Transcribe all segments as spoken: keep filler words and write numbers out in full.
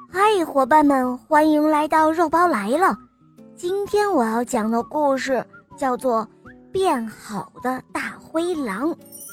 嗨，伙伴们，欢迎来到肉包来了。今天我要讲的故事叫做《变好的大灰狼》。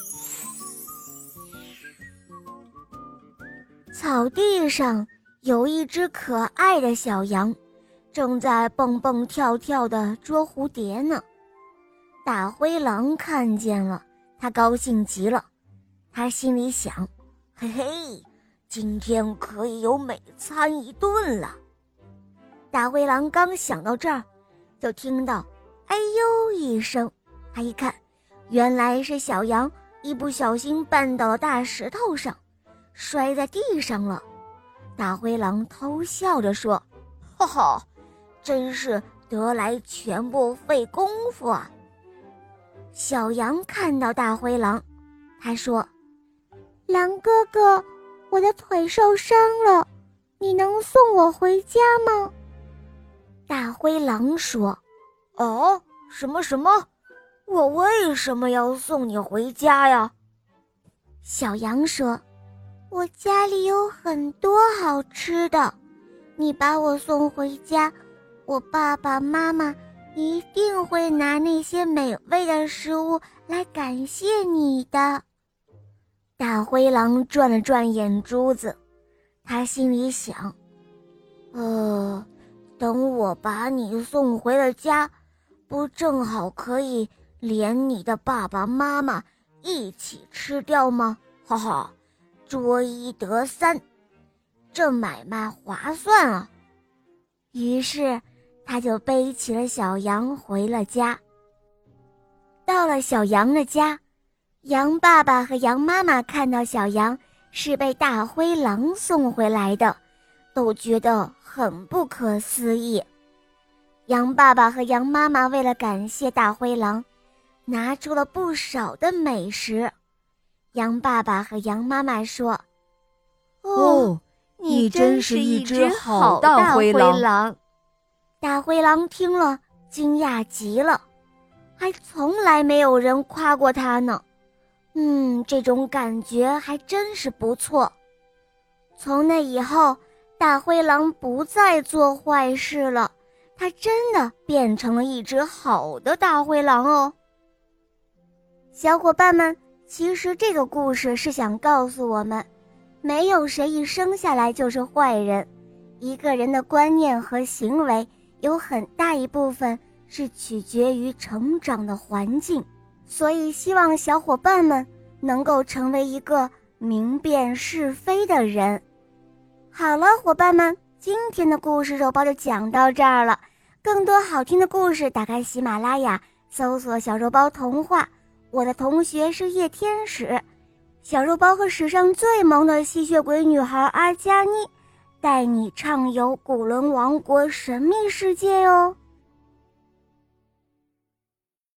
草地上有一只可爱的小羊，正在蹦蹦跳跳地捉蝴蝶呢。大灰狼看见了，他高兴极了。他心里想，嘿嘿，今天可以有美餐一顿了。大灰狼刚想到这儿，就听到哎呦一声，他一看，原来是小羊一不小心绊到了大石头上，摔在地上了。大灰狼偷笑着说，哈哈，真是得来全不费功夫啊。小羊看到大灰狼，他说，狼哥哥，我的腿受伤了，你能送我回家吗？大灰狼说，哦，什么什么？我为什么要送你回家呀？小羊说，我家里有很多好吃的，你把我送回家，我爸爸妈妈一定会拿那些美味的食物来感谢你的。大灰狼转了转眼珠子，他心里想，呃，等我把你送回了家，不正好可以连你的爸爸妈妈一起吃掉吗？哈哈，捉一得三，这买卖划算啊。于是他就背起了小羊回了家。到了小羊的家，羊爸爸和羊妈妈看到小羊是被大灰狼送回来的，都觉得很不可思议。羊爸爸和羊妈妈为了感谢大灰狼，拿出了不少的美食。羊爸爸和羊妈妈说， 哦，你真是一只好大灰狼。 大灰狼听了惊讶极了，还从来没有人夸过他呢。嗯，这种感觉还真是不错。从那以后，大灰狼不再做坏事了，他真的变成了一只好的大灰狼哦。小伙伴们，其实这个故事是想告诉我们，没有谁一生下来就是坏人，一个人的观念和行为有很大一部分是取决于成长的环境。所以希望小伙伴们能够成为一个明辨是非的人。好了，伙伴们，今天的故事肉包就讲到这儿了。更多好听的故事，打开喜马拉雅，搜索小肉包童话。我的同学是夜天使，小肉包和史上最萌的吸血鬼女孩阿加妮，带你畅游古伦王国神秘世界哟。